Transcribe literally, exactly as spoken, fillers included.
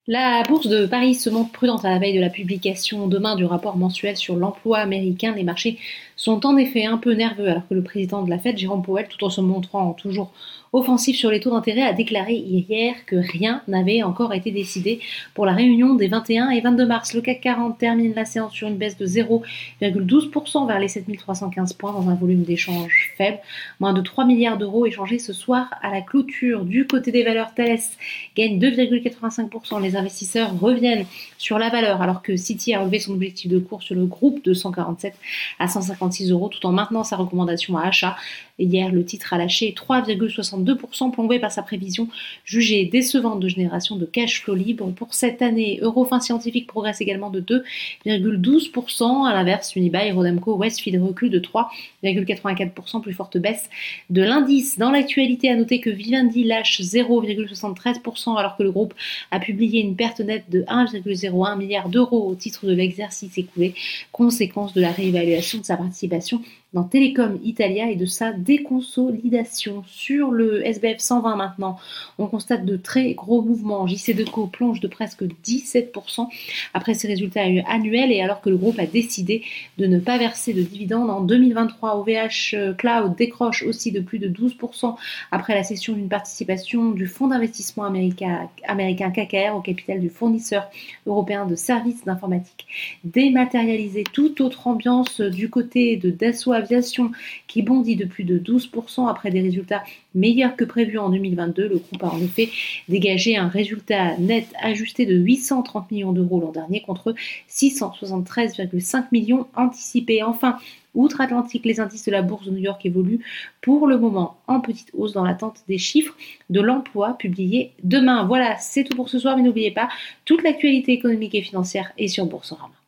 La bourse de Paris se montre prudente à la veille de la publication demain du rapport mensuel sur l'emploi américain. Les marchés sont en effet un peu nerveux alors que le président de la Fed, Jérôme Powell, tout en se montrant toujours offensif sur les taux d'intérêt, a déclaré hier que rien n'avait encore été décidé pour la réunion des vingt et un et vingt-deux mars. Le C A C quarante termine la séance sur une baisse de zéro virgule douze pour cent vers les sept mille trois cent quinze points dans un volume d'échange faible. Moins de trois milliards d'euros échangés ce soir à la clôture. Du côté des valeurs, Thales gagne deux virgule quatre-vingt-cinq pour cent. Les investisseurs reviennent sur la valeur alors que Citi a relevé son objectif de cours sur le groupe de cent quarante-sept à cent cinquante-six euros tout en maintenant sa recommandation à achat. Hier, le titre a lâché trois virgule soixante-deux pour cent plombé par sa prévision jugée décevante de génération de cash flow libre pour cette année. Eurofin Scientifique progresse également de deux virgule douze pour cent. À l'inverse, Unibail, Rodamco, Westfield recule de trois virgule quatre-vingt-quatre pour cent, plus forte baisse de l'indice. Dans l'actualité, à noter que Vivendi lâche zéro virgule soixante-treize pour cent alors que le groupe a publié une perte nette de un virgule zéro un milliard d'euros au titre de l'exercice écoulé, conséquence de la réévaluation de sa participation dans Telecom Italia et de sa déconsolidation. Sur le S B F cent vingt maintenant, on constate de très gros mouvements. J C Deco plonge de presque dix-sept pour cent après ses résultats annuels et alors que le groupe a décidé de ne pas verser de dividendes en deux mille vingt-trois. O V H Cloud décroche aussi de plus de douze pour cent après la cession d'une participation du fonds d'investissement américain, américain K K R au capital du fournisseur européen de services d'informatique dématérialisés. Toute autre ambiance du côté de Dassault Aviation qui bondit de plus de douze pour cent après des résultats meilleurs que prévus en deux mille vingt-deux. Le groupe a en effet dégagé un résultat net ajusté de huit cent trente millions d'euros l'an dernier contre six cent soixante-treize virgule cinq millions anticipés. Enfin, outre-Atlantique, les indices de la bourse de New York évoluent pour le moment en petite hausse dans l'attente des chiffres de l'emploi publiés demain. Voilà, c'est tout pour ce soir, mais n'oubliez pas, toute l'actualité économique et financière est sur Boursorama.